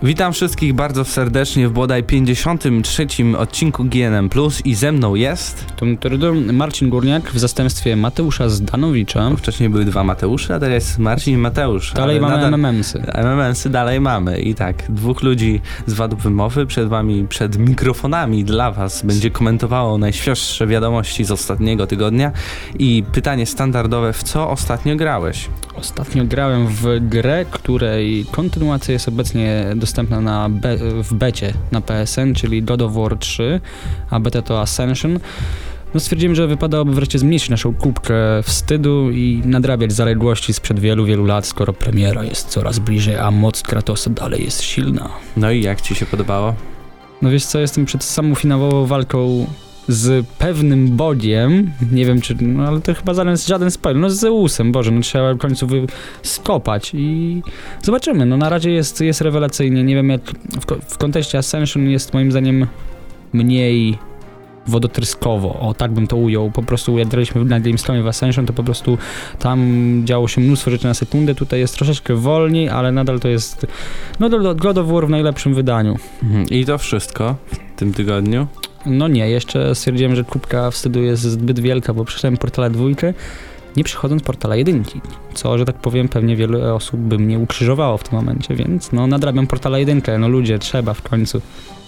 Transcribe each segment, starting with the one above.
Witam wszystkich bardzo serdecznie w bodaj 53. odcinku GNM+, i ze mną jest... Marcin Górniak w zastępstwie Mateusza Zdanowicza. Wcześniej były dwa Mateusze, a teraz jest Marcin i Mateusz. Dalej mamy MMM-sy. MMM-sy dalej mamy i tak, dwóch ludzi z wadów wymowy przed wami, przed mikrofonami dla was będzie komentowało najświeższe wiadomości z ostatniego tygodnia i pytanie standardowe, w co ostatnio grałeś? Ostatnio grałem w grę, której kontynuacja jest obecnie dostępna w becie na PSN, czyli God of War 3, a beta to Ascension. No stwierdziłem, że wypadałoby wreszcie zmniejszyć naszą kubkę wstydu i nadrabiać zaległości sprzed wielu lat, skoro premiera jest coraz bliżej, a moc Kratosa dalej jest silna. No i jak ci się podobało? No wiesz co, jestem przed samą finałową walką z pewnym bogiem, nie wiem czy, no ale to chyba żaden spoiler, no z Zeusem, Boże, no trzeba w końcu skopać i zobaczymy, no na razie jest rewelacyjnie, nie wiem jak w kontekście Ascension jest moim zdaniem mniej wodotryskowo, o tak bym to ujął, po prostu jak graliśmy na Gamescomie w Ascension, to po prostu tam działo się mnóstwo rzeczy na sekundę, tutaj jest troszeczkę wolniej, ale nadal to jest no God of War w najlepszym wydaniu. I to wszystko w tym tygodniu? No nie, jeszcze stwierdziłem, że kubka wstydu jest zbyt wielka, bo przeszedłem Portala 2, nie przechodząc Portala 1, co, że tak powiem, pewnie wiele osób by mnie ukrzyżowało w tym momencie, więc no nadrabiam Portala 1, no ludzie, trzeba w końcu.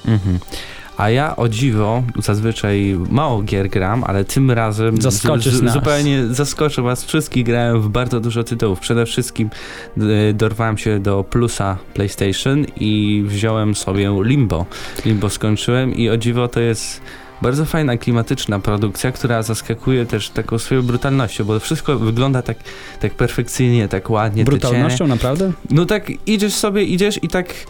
A ja o dziwo zazwyczaj mało gier gram, ale tym razem zupełnie zaskoczę was wszystkich, grałem w bardzo dużo tytułów. Przede wszystkim dorwałem się do plusa PlayStation i wziąłem sobie Limbo. Limbo skończyłem i o dziwo to jest bardzo fajna, klimatyczna produkcja, która zaskakuje też taką swoją brutalnością, bo wszystko wygląda tak perfekcyjnie, tak ładnie. Brutalnością, naprawdę? No tak idziesz i tak...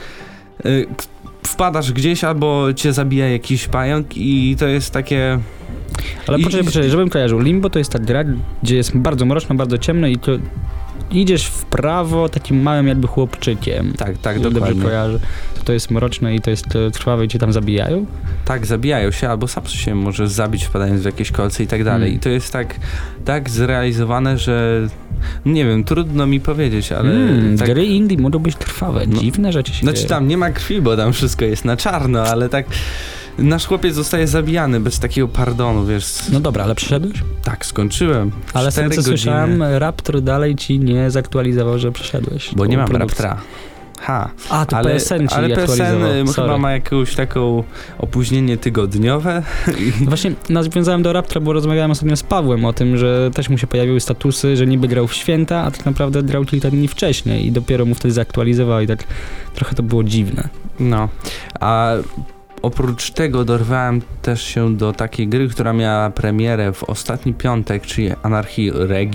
wpadasz gdzieś albo cię zabija jakiś pająk i to jest takie... Ale poczekaj, żebym kojarzył. Limbo to jest ta gra, gdzie jest bardzo mroczno, bardzo ciemno i to idziesz w prawo takim małym jakby chłopczykiem. Tak, dokładnie. dobrze kojarzę. To jest mroczne i to jest trwawe i cię tam zabijają? Tak, zabijają się, albo sam się możesz zabić wpadając w jakieś kolce i tak dalej. I to jest tak zrealizowane, że nie wiem, trudno mi powiedzieć, ale... tak... Gry indie mogą być trwawe, dziwne rzeczy się dzieją. Tam nie ma krwi, bo tam wszystko jest na czarno, ale tak... Nasz chłopiec zostaje zabijany bez takiego pardonu, wiesz. No dobra, ale przeszedłeś? Tak, skończyłem. Ale z tego co słyszałem, Raptor dalej ci nie zaktualizował, że przeszedłeś. Bo nie mam Raptora. To PSN ci ale PSN chyba ma jakąś taką opóźnienie tygodniowe. No właśnie nawiązałem do Raptora, bo rozmawiałem ostatnio z Pawłem o tym, że też mu się pojawiły statusy, że niby grał w święta, a tak naprawdę grał kilka dni wcześniej i dopiero mu wtedy zaktualizował i tak trochę to było dziwne. No, a oprócz tego dorwałem też się do takiej gry, która miała premierę w ostatni piątek, czyli Anarchy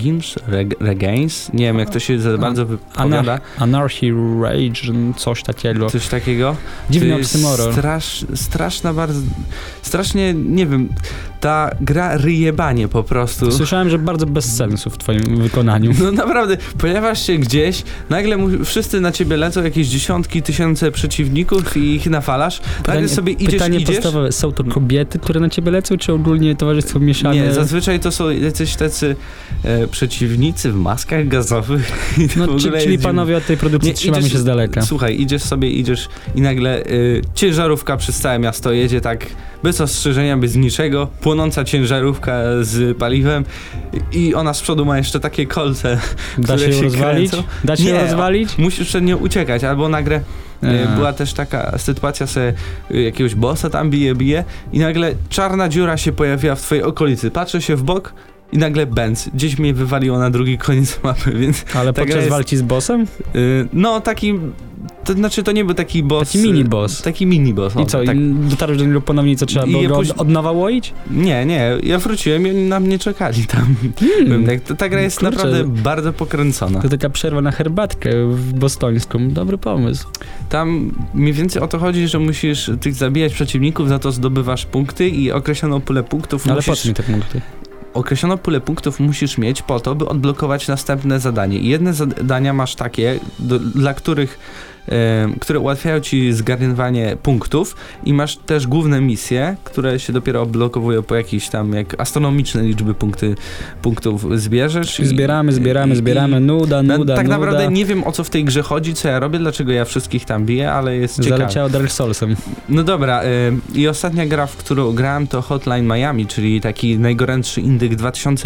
Regains. Nie wiem, jak to się za bardzo wypowiada. Anarchy Rage, coś takiego. Coś takiego. Dziwny oksymoron. Straszna bardzo... Strasznie, nie wiem, ta gra ryjebanie po prostu. Słyszałem, że bardzo bez sensu w twoim wykonaniu. No naprawdę, pojawiasz się gdzieś, nagle wszyscy na ciebie lecą, jakieś dziesiątki, tysiące przeciwników i ich nawalasz. Nagle sobie Pytanie podstawowe, są to kobiety, które na ciebie lecą, czy ogólnie towarzystwo mieszane? Nie, zazwyczaj to są jacyś tacy przeciwnicy w maskach gazowych. Czyli panowie od tej produkcji trzymamy się z daleka. Słuchaj, idziesz i nagle ciężarówka przez całe miasto jedzie tak bez ostrzeżenia, bez niczego, płonąca ciężarówka z paliwem i ona z przodu ma jeszcze takie kolce, Da się ją rozwalić? Da się ją rozwalić? Musisz przed nią uciekać, albo nagle była też taka sytuacja, sobie jakiegoś bossa tam bije i nagle czarna dziura się pojawiła w twojej okolicy. Patrzę się w bok i nagle bęc. Gdzieś mnie wywaliło na drugi koniec mapy, więc... Ale podczas walki z bossem? No, taki... To znaczy, to nie był taki boss... Taki mini-boss. Taki mini-boss. I co, dotarłeś do niego ponownie, co trzeba było go od nowa łoić? Nie, ja wróciłem i oni na mnie czekali tam. Ta gra jest naprawdę bardzo pokręcona. To taka przerwa na herbatkę bostońską. Dobry pomysł. Tam mniej więcej o to chodzi, że musisz tych zabijać przeciwników, za to zdobywasz punkty i określoną pulę punktów Ale po co mi te punkty? Określoną pulę punktów musisz mieć po to, by odblokować następne zadanie. I jedne zadania masz takie, dla których które ułatwiają ci zgarnywanie punktów i masz też główne misje, które się dopiero odblokowują po jakiejś tam, jak astronomiczne liczby punktów zbierzesz. Zbieramy, nuda. Tak naprawdę nie wiem, o co w tej grze chodzi, co ja robię, dlaczego ja wszystkich tam biję, ale jest ciekawe. Zaleciało Dark Soulsem. No dobra, i ostatnia gra, w którą grałem, to Hotline Miami, czyli taki najgorętszy indyk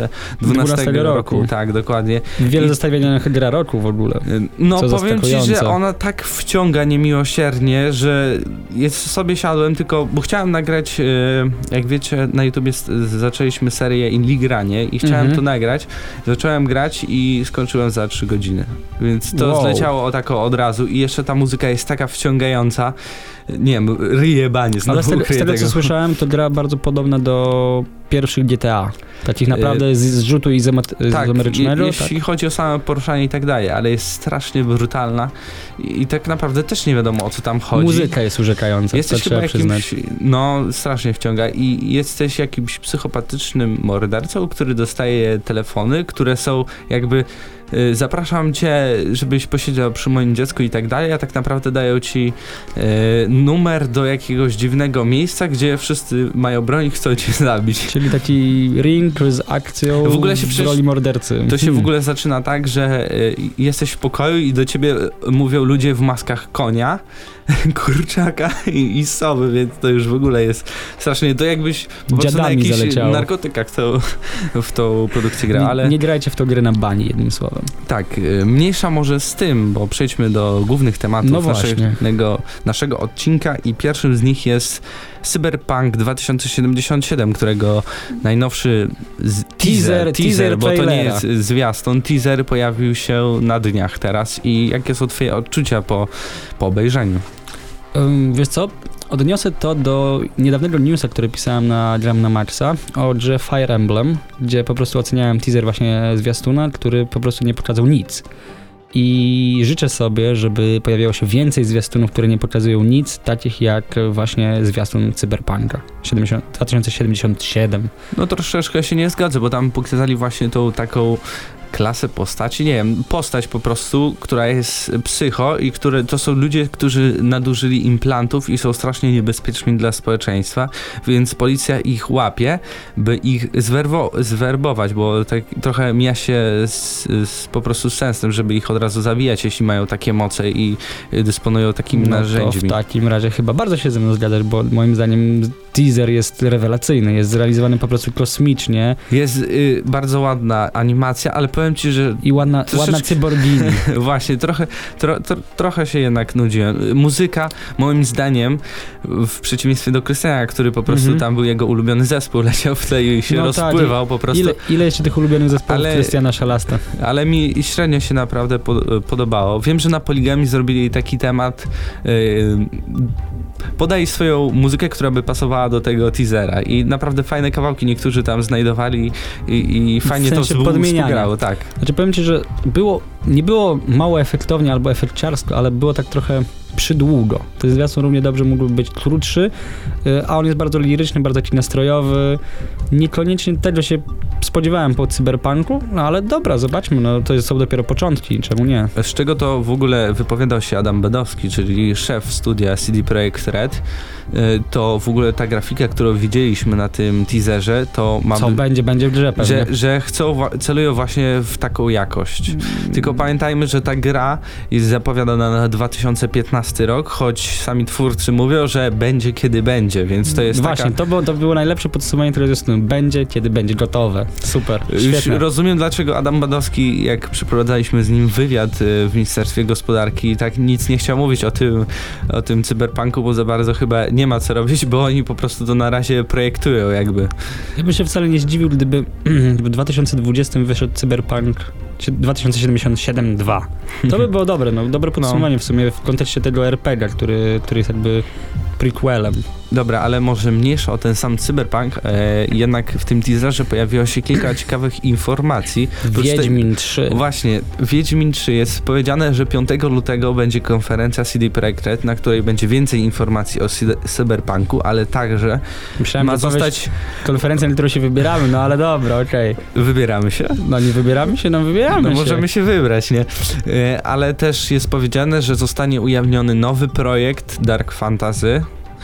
2012 roku. Tak, dokładnie. Wiele zestawieniach gra roku w ogóle. No powiem ci, że ona tak wciąga niemiłosiernie, że sobie siadłem tylko, bo chciałem nagrać, jak wiecie, na YouTubie zaczęliśmy serię Inligranie i chciałem to nagrać. Zacząłem grać i skończyłem za 3 godziny. Więc to zleciało od razu i jeszcze ta muzyka jest taka wciągająca. Nie wiem, ryje banie. Ale z tego co słyszałem, to gra bardzo podobna do pierwszych GTA. Takich naprawdę z rzutu izomerycznego. Jeśli chodzi o same poruszanie i tak dalej, ale jest strasznie brutalna i tak naprawdę też nie wiadomo, o co tam chodzi. Muzyka jest urzekająca, jesteś chyba jakimś, strasznie wciąga i jesteś jakimś psychopatycznym mordercą, który dostaje telefony, które są jakby zapraszam cię, żebyś posiedział przy moim dziecku i tak dalej, a tak naprawdę dają ci numer do jakiegoś dziwnego miejsca, gdzie wszyscy mają broń i chcą cię zabić. Czyli taki ring z akcją w roli mordercy. To się w ogóle zaczyna tak, że jesteś w pokoju i do ciebie mówią ludzie w maskach konia, kurczaka i sowy, więc to już w ogóle jest strasznie. To jakbyś po prostu na jakichś narkotykach w tą produkcję grał, ale... Nie grajcie w tą grę na bani, jednym słowem. Tak, mniejsza może z tym, bo przejdźmy do głównych tematów naszego odcinka i pierwszym z nich jest Cyberpunk 2077, którego najnowszy teaser, bo to nie jest zwiastun, teaser pojawił się na dniach teraz i jakie są twoje odczucia po obejrzeniu? Wiesz co? Odniosę to do niedawnego newsa, który pisałem na Gram na Maxa o grze Fire Emblem, gdzie po prostu oceniałem teaser właśnie zwiastuna, który po prostu nie pokazał nic. I życzę sobie, żeby pojawiało się więcej zwiastunów, które nie pokazują nic, takich jak właśnie zwiastun Cyberpunka 2077. No troszeczkę się nie zgadzę, bo tam pokazali właśnie tą taką klasę postaci, nie wiem, postać po prostu, która jest psycho i to są ludzie, którzy nadużyli implantów i są strasznie niebezpieczni dla społeczeństwa, więc policja ich łapie, by ich zwerbować, bo tak trochę mija się po prostu z sensem, żeby ich od razu zabijać, jeśli mają takie moce i dysponują takimi narzędziami. W takim razie chyba bardzo się ze mną zgadzasz, bo moim zdaniem teaser jest rewelacyjny, jest zrealizowany po prostu kosmicznie. Jest bardzo ładna animacja, ale powiem ci, że... I ładna cyborgini. Właśnie, trochę się jednak nudziłem. Muzyka, moim zdaniem, w przeciwieństwie do Krystiana, który po prostu tam był jego ulubiony zespół, leciał w tle i się rozpływał po prostu. Ile jeszcze tych ulubionych zespołów Krystiana Szalasta? Ale mi średnio się naprawdę podobało. Wiem, że na Poligami zrobili taki temat... podaj swoją muzykę, która by pasowała do tego teasera i naprawdę fajne kawałki niektórzy tam znajdowali i fajnie to współgrało, tak. Znaczy powiem ci, że nie było mało efektownie albo efekciarsko, ale było tak trochę przydługo. Ten zwiastun równie dobrze mógłby być krótszy, a on jest bardzo liryczny, bardzo taki nastrojowy. Niekoniecznie tego się spodziewałem po Cyberpunku, no ale dobra, zobaczmy, no to są dopiero początki, czemu nie? Z czego to w ogóle wypowiadał się Adam Bedowski, czyli szef studia CD Projekt Red, to w ogóle ta grafika, którą widzieliśmy na tym teaserze, to ma... Co będzie w grze pewnie. Że celują właśnie w taką jakość. Tylko pamiętajmy, że ta gra jest zapowiadana na 2015 rok, choć sami twórcy mówią, że będzie kiedy będzie, więc to jest właśnie, to było najlepsze podsumowanie tego zwiastunu. Będzie kiedy będzie, gotowe. Super, świetne. Już rozumiem, dlaczego Adam Badowski, jak przeprowadzaliśmy z nim wywiad w Ministerstwie Gospodarki, tak nic nie chciał mówić o tym cyberpunku, bo za bardzo chyba nie ma co robić, bo oni po prostu to na razie projektują jakby. Ja bym się wcale nie zdziwił, gdyby w 2020 wyszedł Cyberpunk 2077-2. To by było dobre, dobre podsumowanie w sumie w kontekście tego RPG-a, który jest jakby prequelem. Dobra, ale może mniejsza o ten sam Cyberpunk, jednak w tym teaserze pojawiło się kilka ciekawych informacji. Wiedźmin 3. Właśnie, Wiedźmin 3 jest powiedziane, że 5 lutego będzie konferencja CD Projekt Red, na której będzie więcej informacji o Cyberpunku, ale także ma zostać... konferencja, na którą się wybieramy, no ale dobra, okej. Wybieramy się? No nie wybieramy się, wybieramy się. Możemy się wybrać, nie? Ale też jest powiedziane, że zostanie ujawniony nowy projekt Dark Fantasy,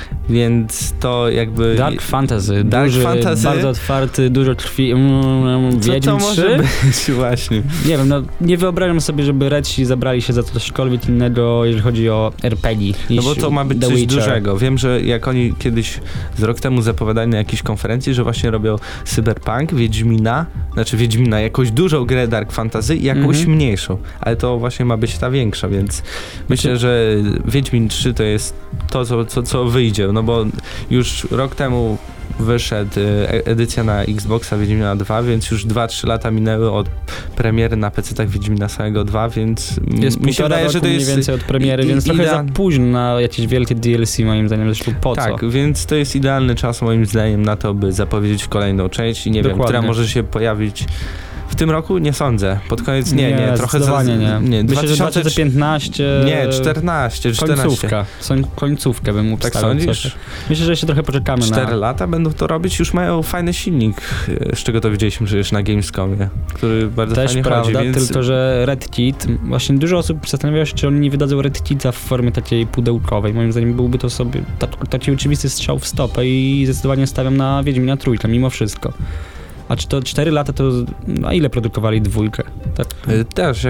więc to jakby... Dark Fantasy, bardzo otwarty, dużo krwi. Co to może być właśnie? Nie wiem, nie wyobrażam sobie, żeby Redsi zabrali się za cośkolwiek innego, jeżeli chodzi o RPG. No bo to ma być coś dużego. Wiem, że jak oni kiedyś z rok temu zapowiadali na jakiejś konferencji, że właśnie robią Cyberpunk, Wiedźmina, jakąś dużą grę Dark Fantasy i jakąś mniejszą, ale to właśnie ma być ta większa, więc myślę, że Wiedźmin 3 to jest to, co wyjdzie, no bo już rok temu wyszedł edycja na Xboxa Wiedźmina 2, więc już 2-3 lata minęły od premiery na PC-tach Wiedźmina samego 2, więc mi się wydaje, że to jest mniej więcej od premiery, więc trochę za późno na jakieś wielkie DLC moim zdaniem, zresztą po co? Tak, więc to jest idealny czas moim zdaniem na to, by zapowiedzieć kolejną część i nie wiem, która może się pojawić w tym roku? Nie sądzę. Pod koniec nie, trochę nie. Myślę, że 2015... Nie, 14. Końcówkę bym obstawiał. Tak sądzisz? Myślę, że jeszcze trochę poczekamy 4 lata będą to robić? Już mają fajny silnik, z czego to widzieliśmy przecież na Gamescomie, który bardzo też fajnie prawda, chodzi, więc... tylko że Red Kit, właśnie dużo osób zastanawiało się, czy oni nie wydadzą Red Kita w formie takiej pudełkowej. Moim zdaniem byłby to sobie taki oczywisty strzał w stopę i zdecydowanie stawiam na Wiedźmina Trójkę, mimo wszystko. A czy to 4 lata, to na ile produkowali dwójkę? Tak? Też,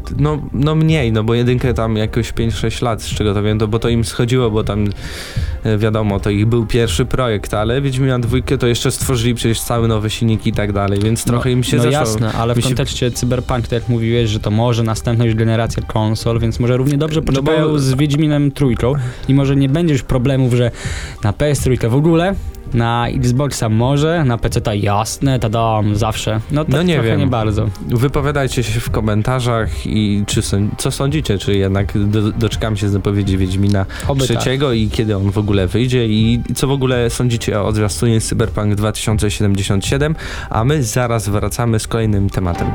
mniej, bo jedynkę tam jakoś 5-6 lat, z czego to wiem, bo to im schodziło, bo tam wiadomo, to ich był pierwszy projekt, ale Wiedźmina dwójkę to jeszcze stworzyli przecież cały nowy silnik i tak dalej, więc trochę im się zeszło. No jasne, ale w kontekście Cyberpunk, tak jak mówiłeś, że to może następna już generacja konsol, więc może równie dobrze poczekają z Wiedźminem trójką i może nie będzie już problemów, że na PS3 w ogóle, na Xboxa może, na PC-ta jasne, tadam, zawsze. No nie trochę wiem. Nie bardzo. Wypowiadajcie się w komentarzach i co sądzicie, czy jednak doczekamy się zapowiedzi Wiedźmina trzeciego i kiedy on w ogóle wyjdzie i co w ogóle sądzicie o zwiastunie Cyberpunk 2077, a my zaraz wracamy z kolejnym tematem.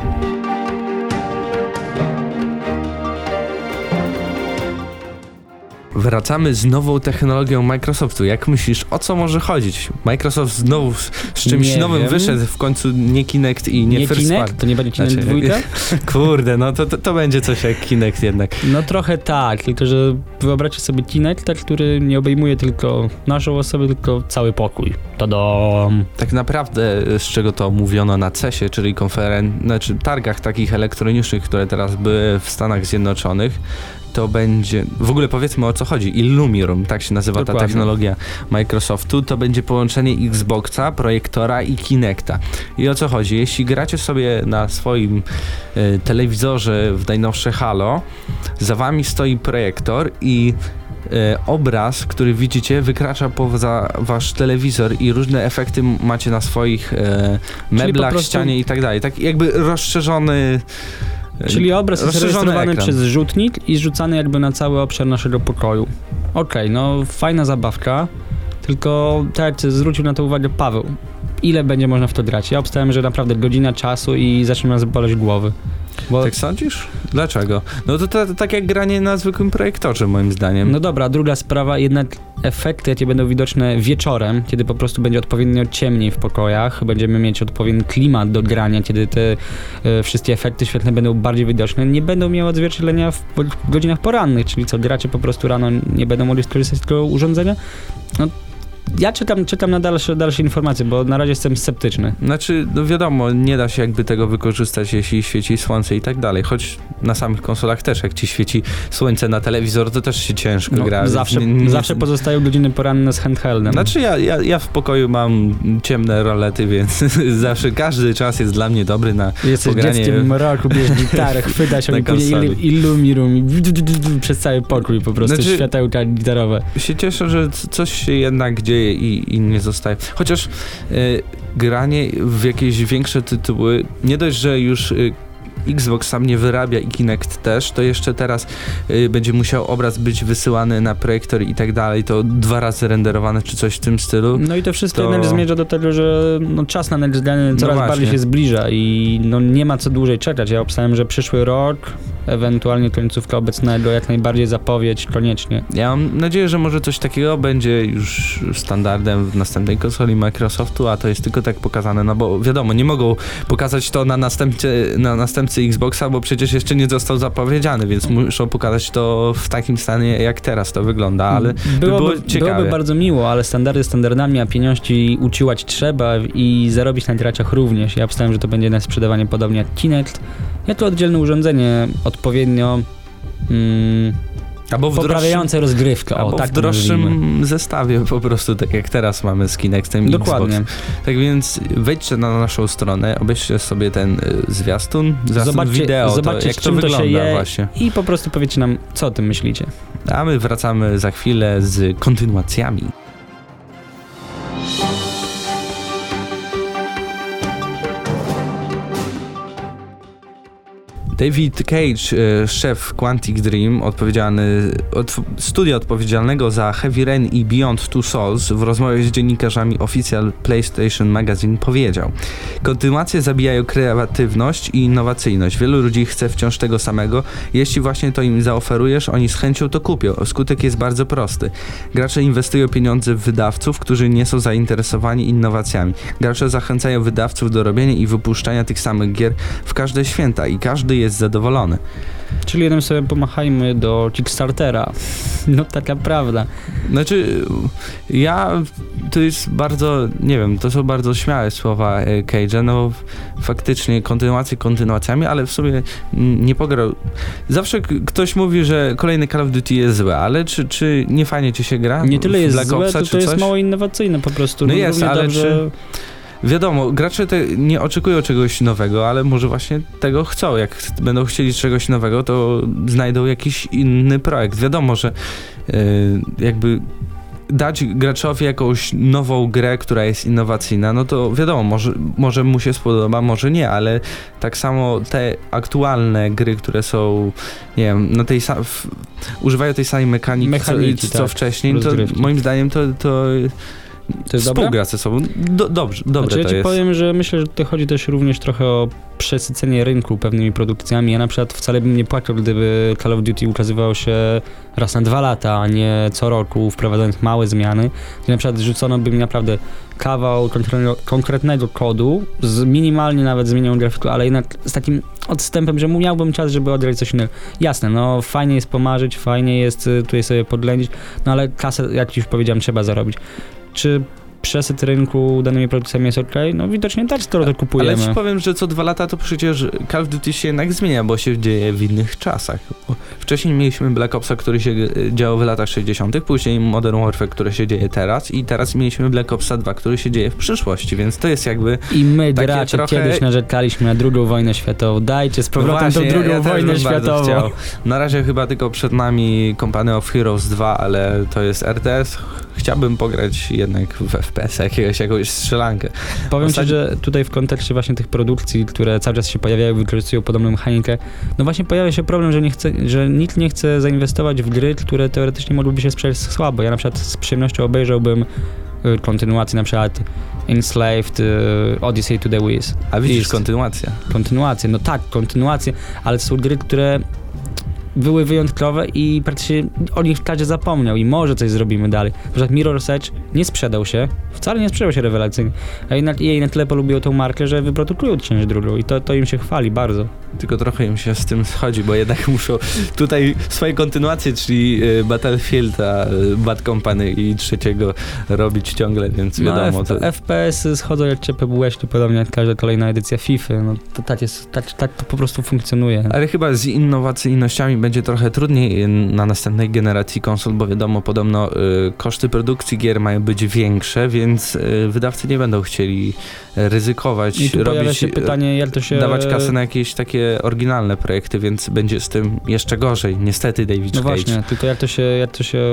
Wracamy z nową technologią Microsoftu. Jak myślisz, o co może chodzić? Microsoft znowu z czymś nowym wyszedł, w końcu nie Kinect i nie First Kinect? Party. To nie będzie Kinect 2? Kurde, to będzie coś jak Kinect jednak. No trochę tak, tylko że wyobraźcie sobie Kinecta, który nie obejmuje tylko naszą osobę, tylko cały pokój. Tadam! Tak naprawdę, z czego to mówiono na CES-ie, czyli targach takich elektronicznych, które teraz były w Stanach Zjednoczonych, to będzie, w ogóle powiedzmy o co chodzi, Illumirum, tak się nazywa ta technologia Microsoftu, to będzie połączenie Xboxa, projektora i Kinecta. I o co chodzi? Jeśli gracie sobie na swoim telewizorze w najnowsze Halo, za wami stoi projektor i obraz, który widzicie, wykracza poza wasz telewizor i różne efekty macie na swoich meblach, ścianie i tak dalej. Tak jakby rozszerzony... Czyli obraz jest rejestrowany przez rzutnik i zrzucany jakby na cały obszar naszego pokoju. Okej, fajna zabawka, tylko tak jak zwrócił na to uwagę Paweł, ile będzie można w to grać? Ja obstawiam, że naprawdę godzina czasu i zacznie nas boleć głowy. Tak sądzisz? Dlaczego? No to tak jak granie na zwykłym projektorze, moim zdaniem. No dobra, druga sprawa, jednak efekty, jakie będą widoczne wieczorem, kiedy po prostu będzie odpowiednio ciemniej w pokojach, będziemy mieć odpowiedni klimat do grania, kiedy te wszystkie efekty świetlne będą bardziej widoczne, nie będą miały odzwierciedlenia w godzinach porannych, czyli co, gracze po prostu rano nie będą mogli skorzystać z tego urządzenia? No, ja czekam na dalsze informacje, bo na razie jestem sceptyczny. Znaczy, wiadomo, nie da się jakby tego wykorzystać, jeśli świeci słońce i tak dalej, choć na samych konsolach też, jak ci świeci słońce na telewizor, to też się ciężko gra. Zawsze pozostają godziny poranne z handheldem. Znaczy, ja w pokoju mam ciemne rolety, więc zawsze każdy czas jest dla mnie dobry na Jesteś pogranie. Dzieckiem mroku, bierz gitarę, chwyta się i Illumirum i przez cały pokój po prostu, światełka gitarowe. Się cieszę, że coś się jednak dzieje i nie zostaje. Chociaż granie w jakieś większe tytuły, nie dość, że już Xbox sam nie wyrabia i Kinect też, to jeszcze teraz będzie musiał obraz być wysyłany na projektor i tak dalej, to 2 razy renderowane czy coś w tym stylu. No i to wszystko jednak zmierza do tego, że czas na next gen coraz bardziej się zbliża i nie ma co dłużej czekać. Ja obstawiam, że przyszły rok, ewentualnie końcówka obecnego, jak najbardziej zapowiedź koniecznie. Ja mam nadzieję, że może coś takiego będzie już standardem w następnej konsoli Microsoftu, a to jest tylko tak pokazane, no bo wiadomo, nie mogą pokazać to na następcy Xboxa, bo przecież jeszcze nie został zapowiedziany, więc muszą pokazać to w takim stanie, jak teraz to wygląda, ale było ciekawe. Byłoby bardzo miło, ale standardy standardami, a pieniążki uciłać trzeba i zarobić na graczach również. Ja obstawiam, że to będzie na sprzedawanie podobnie jak Kinect. Ja to oddzielne urządzenie odpowiednio poprawiające rozgrywkę. Albo tak w droższym zestawie po prostu, tak jak teraz mamy z Kinectem Dokładnie. Xbox. Tak więc wejdźcie na naszą stronę, obejrzcie sobie ten zwiastun wideo, zobaczcie, jak to wygląda właśnie. I po prostu powiedzcie nam, co o tym myślicie. A my wracamy za chwilę z kontynuacjami. David Cage, szef Quantic Dream, studia odpowiedzialnego za Heavy Rain i Beyond Two Souls, w rozmowie z dziennikarzami Official PlayStation Magazine powiedział: kontynuacje zabijają kreatywność i innowacyjność. Wielu ludzi chce wciąż tego samego. Jeśli właśnie to im zaoferujesz, oni z chęcią to kupią. Skutek jest bardzo prosty. Gracze inwestują pieniądze w wydawców, którzy nie są zainteresowani innowacjami. Gracze zachęcają wydawców do robienia i wypuszczania tych samych gier w każde święta i każdy jest zadowolony. Czyli jednym sobie pomachajmy do Kickstartera. No taka prawda. Znaczy, to jest bardzo, nie wiem, to są bardzo śmiałe słowa Cage'a, no faktycznie kontynuacjami, ale w sumie nie pograł. Zawsze ktoś mówi, że kolejny Call of Duty jest złe, ale czy nie fajnie ci się gra? Nie tyle jest złe, to jest mało innowacyjne po prostu. No jest, ale dobrze... Wiadomo, gracze nie oczekują czegoś nowego, ale może właśnie tego chcą. Jak będą chcieli czegoś nowego, to znajdą jakiś inny projekt. Wiadomo, że jakby dać graczowi jakąś nową grę, która jest innowacyjna, no to wiadomo, może mu się spodoba, może nie, ale tak samo te aktualne gry, które są, nie wiem, na tej używają tej samej mechaniki co wcześniej, to moim zdaniem to jest współgra ze sobą. Dobre znaczy, to ja ci jest. powiem, że myślę, że tutaj chodzi też również trochę o przesycenie rynku pewnymi produkcjami. Ja na przykład wcale bym nie płakał, gdyby Call of Duty ukazywał się raz na 2 lata, a nie co roku, wprowadzając małe zmiany. Gdzie na przykład rzucono by mi naprawdę kawał konkretnego kodu, z minimalnie nawet zmienią grafiku, ale jednak z takim odstępem, że miałbym czas, żeby odgrać coś innego. Jasne, no fajnie jest pomarzyć, fajnie jest tutaj sobie podlędzić, no ale kasę, jak już powiedziałem, trzeba zarobić. Czy przesyt rynku danymi produkcjami jest ok? No widocznie tak, skoro to kupujemy. Ale ci powiem, że co 2 lata to przecież Call of Duty się jednak zmienia, bo się dzieje w innych czasach. Wcześniej mieliśmy Black Opsa, który się działo w latach 60., później Modern Warfare, które się dzieje teraz i teraz mieliśmy Black Opsa 2, który się dzieje w przyszłości, więc to jest jakby i my gracze kiedyś narzekaliśmy na II wojnę światową. Dajcie z powrotem tą II wojnę światową. Na razie chyba tylko przed nami Company of Heroes 2, ale to jest RTS. Chciałbym pograć jednak w FPS jakąś strzelankę. Powiem ci, że tutaj w kontekście właśnie tych produkcji, które cały czas się pojawiają, wykorzystują podobną mechanikę, no właśnie pojawia się problem, że nikt nie chce zainwestować w gry, które teoretycznie mogłyby się sprzedać słabo. Ja na przykład z przyjemnością obejrzałbym kontynuację, na przykład Enslaved, Odyssey to the Wiz. A widzisz, kontynuacja. Kontynuację, no tak, kontynuację, ale to są gry, które były wyjątkowe i praktycznie o nich każdy zapomniał i może coś zrobimy dalej. Na przykład Mirror's Edge nie sprzedał się, wcale nie sprzedał się rewelacyjnie, a jednak EA na tyle polubiło tą markę, że wyprodukują część drugą i to im się chwali bardzo. Tylko trochę im się z tym schodzi, bo jednak muszą tutaj swoje kontynuacje, czyli Battlefielda, Bad Company i trzeciego robić ciągle, więc wiadomo. FPS-y schodzą jak ciepłe bułeczki, podobnie jak każda kolejna edycja FIFA, no to tak to po prostu funkcjonuje. Ale chyba z innowacyjnościami będzie trochę trudniej na następnej generacji konsol, bo wiadomo, podobno koszty produkcji gier mają być większe, więc wydawcy nie będą chcieli ryzykować, i tu pojawia się pytanie, jak to się... dawać kasę na jakieś takie oryginalne projekty, więc będzie z tym jeszcze gorzej. Niestety, David Cage. No właśnie, tylko jak to się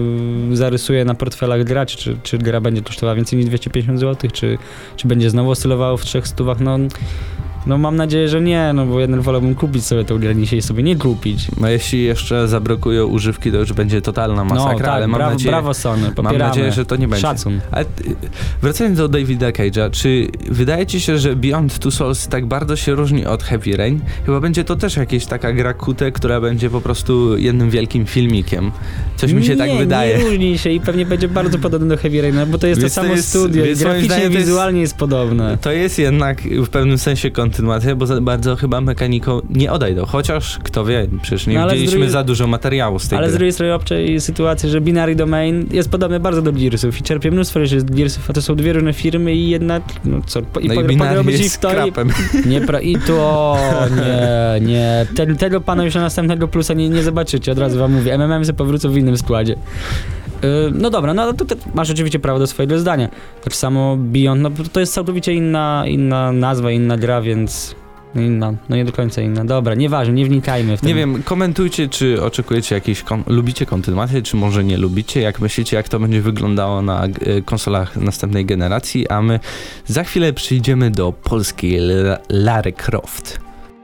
zarysuje na portfelach graczy, czy gra będzie kosztowała więcej niż 250 zł, czy będzie znowu oscylowało w 300, no No mam nadzieję, że nie, no bo jednak wolałbym kupić sobie tą grę, niż jej sobie nie kupić. No jeśli jeszcze zablokują używki, to już będzie totalna masakra, no, tak, ale brawo Sony, popieramy. Mam nadzieję, że to nie będzie. Szacun. Ale wracając do Davida Cage'a, czy wydaje ci się, że Beyond Two Souls tak bardzo się różni od Heavy Rain? Chyba będzie to też jakaś taka gra QTE, która będzie po prostu jednym wielkim filmikiem. Coś mi się tak wydaje. Nie różni się i pewnie będzie bardzo podobny do Heavy Raina, bo to jest to samo studio i graficznie, wizualnie jest podobne. To jest jednak w pewnym sensie kontynuacja, bo za bardzo chyba mekaniką nie odejdą. Chociaż, kto wie, przecież nie widzieliśmy za dużo materiału z tej gry. Ale z drugiej strony obczaj sytuację, że Binary Domain jest podobny bardzo do Gearsów i czerpie mnóstwo rzeczy z Gearsów, a to są dwie różne firmy i jednak, no co, i Binary jest krapem. I to, nie, tego pana już na następnego plusa nie zobaczycie, od razu wam mówię, MMM-sy powrócą w innym składzie. No dobra, no to masz oczywiście prawo do swojego zdania. Tak samo Beyond, no to jest całkowicie inna nazwa, inna gra, więc inna, no nie do końca inna. Dobra, nieważne, nie wnikajmy w to. Nie wiem, komentujcie, czy oczekujecie jakiejś, lubicie kontynuację, czy może nie lubicie, jak myślicie, jak to będzie wyglądało na konsolach następnej generacji, a my za chwilę przyjdziemy do polskiej Lary Croft.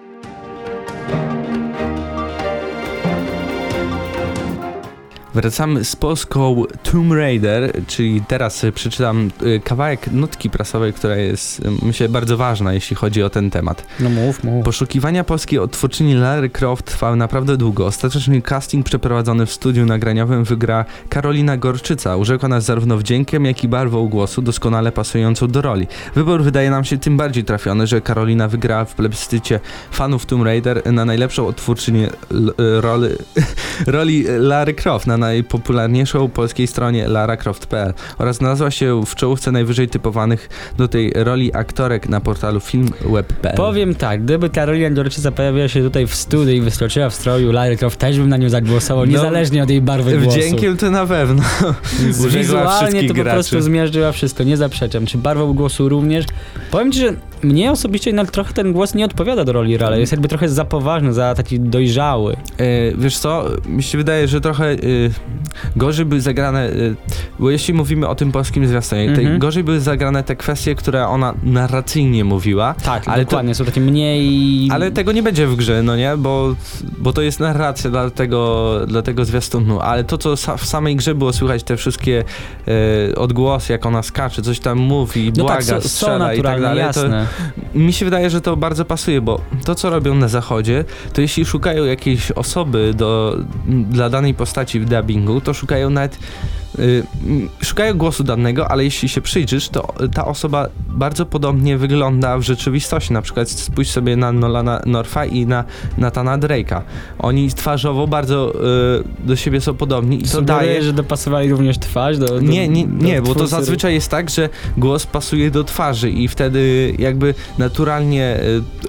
Wracamy z polską Tomb Raider, czyli teraz przeczytam kawałek notki prasowej, która jest, myślę, bardzo ważna, jeśli chodzi o ten temat. No mów. Poszukiwania polskiej odtwórczyni Lary Croft trwały naprawdę długo. Ostateczny casting przeprowadzony w studiu nagraniowym wygra Karolina Gorczyca. Urzekła nas zarówno wdziękiem, jak i barwą głosu, doskonale pasującą do roli. Wybór wydaje nam się tym bardziej trafiony, że Karolina wygrała w plebiscycie fanów Tomb Raider na najlepszą odtwórczynię roli Lary Croft na najpopularniejszą polskiej stronie laracroft.pl oraz znalazła się w czołówce najwyżej typowanych do tej roli aktorek na portalu filmweb.pl. Powiem tak, gdyby Karolina Gorczyca pojawiła się tutaj w studiu i wyskoczyła w stroju Lary Croft, też bym na nią zagłosował, niezależnie od jej barwy głosu. Wdziękiem to na pewno. Wizualnie to po prostu zmiażdżyła wszystko, nie zaprzeczam. Czy barwą głosu również? Powiem ci, że mnie osobiście jednak trochę ten głos nie odpowiada do roli Raleigh. Jest jakby trochę za poważny, za taki dojrzały. Wiesz co, mi się wydaje, że trochę gorzej były zagrane, bo jeśli mówimy o tym polskim zwiastunie, gorzej były zagrane te kwestie, które ona narracyjnie mówiła. Tak, ale dokładnie, są takie mniej... Ale tego nie będzie w grze, no nie? Bo to jest narracja dla tego zwiastunu, ale to, co w samej grze było słychać, te wszystkie odgłosy, jak ona skacze, coś tam mówi, błaga, strzela i tak dalej, jasne. To mi się wydaje, że to bardzo pasuje, bo to, co robią na zachodzie, to jeśli szukają jakiejś osoby dla danej postaci w dubbingu, to szukają nawet szukają głosu danego, ale jeśli się przyjrzysz, to ta osoba bardzo podobnie wygląda w rzeczywistości. Na przykład spójrz sobie na Nolana Northa i na Nathana Drake'a. Oni twarzowo bardzo do siebie są podobni i to daje, że dopasowali również twarz do Nie, bo to zazwyczaj jest tak, że głos pasuje do twarzy i wtedy jakby naturalnie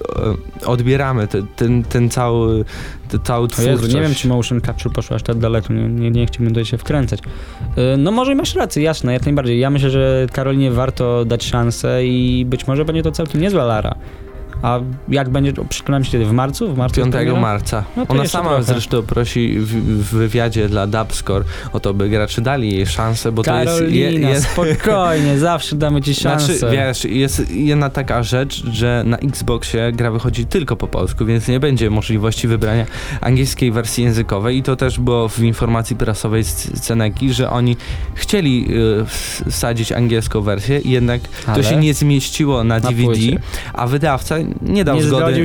odbieramy ten cały twórczość. Jezu, nie wiem, czy motion capture poszło aż tak daleko, nie chciałbym tutaj się wkręcać. No może masz rację, jasne, jak najbardziej. Ja myślę, że Karolinie warto dać szansę i być może będzie to całkiem niezła Lara. A jak będzie, przekonałem się kiedy? W marcu? 5 marca. No ona sama trochę zresztą prosi w wywiadzie dla Dubscore o to, by gracze dali jej szansę, bo Karolina, to jest... spokojnie, zawsze damy ci szansę. Znaczy, wiesz, jest jedna taka rzecz, że na Xboxie gra wychodzi tylko po polsku, więc nie będzie możliwości wybrania angielskiej wersji językowej i to też było w informacji prasowej z Cenegi, że oni chcieli wsadzić angielską wersję, jednak to się nie zmieściło na DVD, a wydawca nie dał zgody,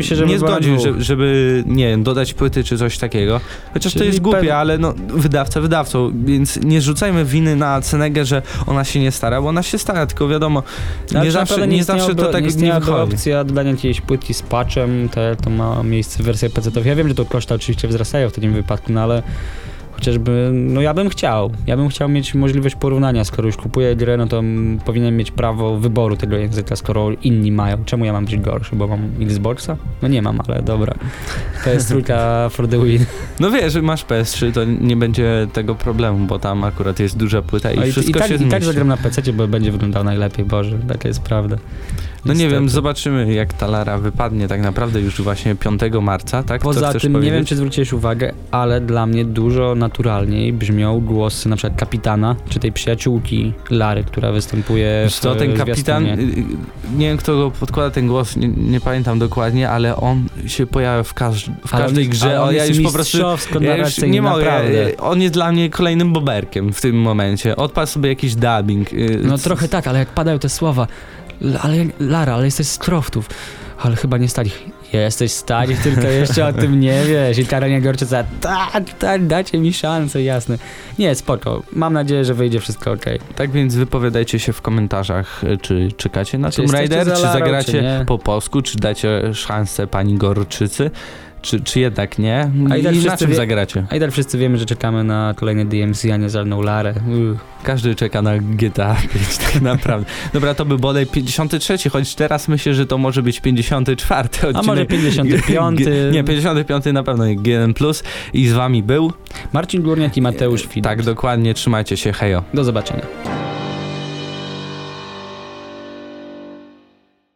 żeby nie wiem, dodać płyty czy coś takiego. Chociaż to jest głupie, ale no wydawcą, więc nie rzucajmy winy na Cenegę, że ona się nie stara, bo ona się stara, tylko wiadomo, nie zawsze to tak nie wychodzi. Opcja dodania jakiejś płytki z patchem, to ma miejsce w wersji PC-owej. Ja wiem, że to koszty oczywiście wzrastają w takim wypadku, no ale chociażby, no ja bym chciał mieć możliwość porównania, skoro już kupuję grę, no to powinienem mieć prawo wyboru tego języka, skoro inni mają. Czemu ja mam być gorszy, bo mam Xboxa? No nie mam, ale dobra. PS3 for the win. No wiesz, że masz PS3, to nie będzie tego problemu, bo tam akurat jest duża płyta i wszystko się zmieści. I tak zagram na PC-cie, bo będzie wyglądał najlepiej, Boże, taka jest prawda. No nie wiem, zobaczymy jak ta Lara wypadnie tak naprawdę już właśnie 5 marca, tak? Poza tym, nie wiem czy zwróciłeś uwagę, ale dla mnie dużo naturalniej brzmią głosy na przykład kapitana, czy tej przyjaciółki Lary, która występuje w to ten kapitan, nie wiem kto go podkłada ten głos, nie pamiętam dokładnie, ale on się pojawia w każdej grze. Ja już po prostu nie mogę. On jest dla mnie kolejnym boberkiem w tym momencie. Odpal sobie jakiś dubbing. No trochę tak, ale jak padają te słowa, ale Lara, ale jesteś z Croftów, ale chyba nie stali. Jesteś stali, tylko jeszcze o tym nie wiesz. I Karolina Gorczyca, tak, dacie mi szansę, jasne. Nie, spoko. Mam nadzieję, że wyjdzie wszystko okej. Tak więc wypowiadajcie się w komentarzach, czy czekacie na Tomb Raider, czy zagracie po polsku, czy dacie szansę pani Gorczycy. Czy jednak nie? I na czym zagracie? A i tak wszyscy wiemy, że czekamy na kolejne DMC, a nie żadną Larę. Każdy czeka na GTA 5 tak naprawdę. Dobra, to by bodaj 53, choć teraz myślę, że to może być 54 odcinek. A może 55. Nie, 55 na pewno GN+. I z wami był Marcin Górniak i Mateusz Fidus. Tak, dokładnie. Trzymajcie się, hejo. Do zobaczenia.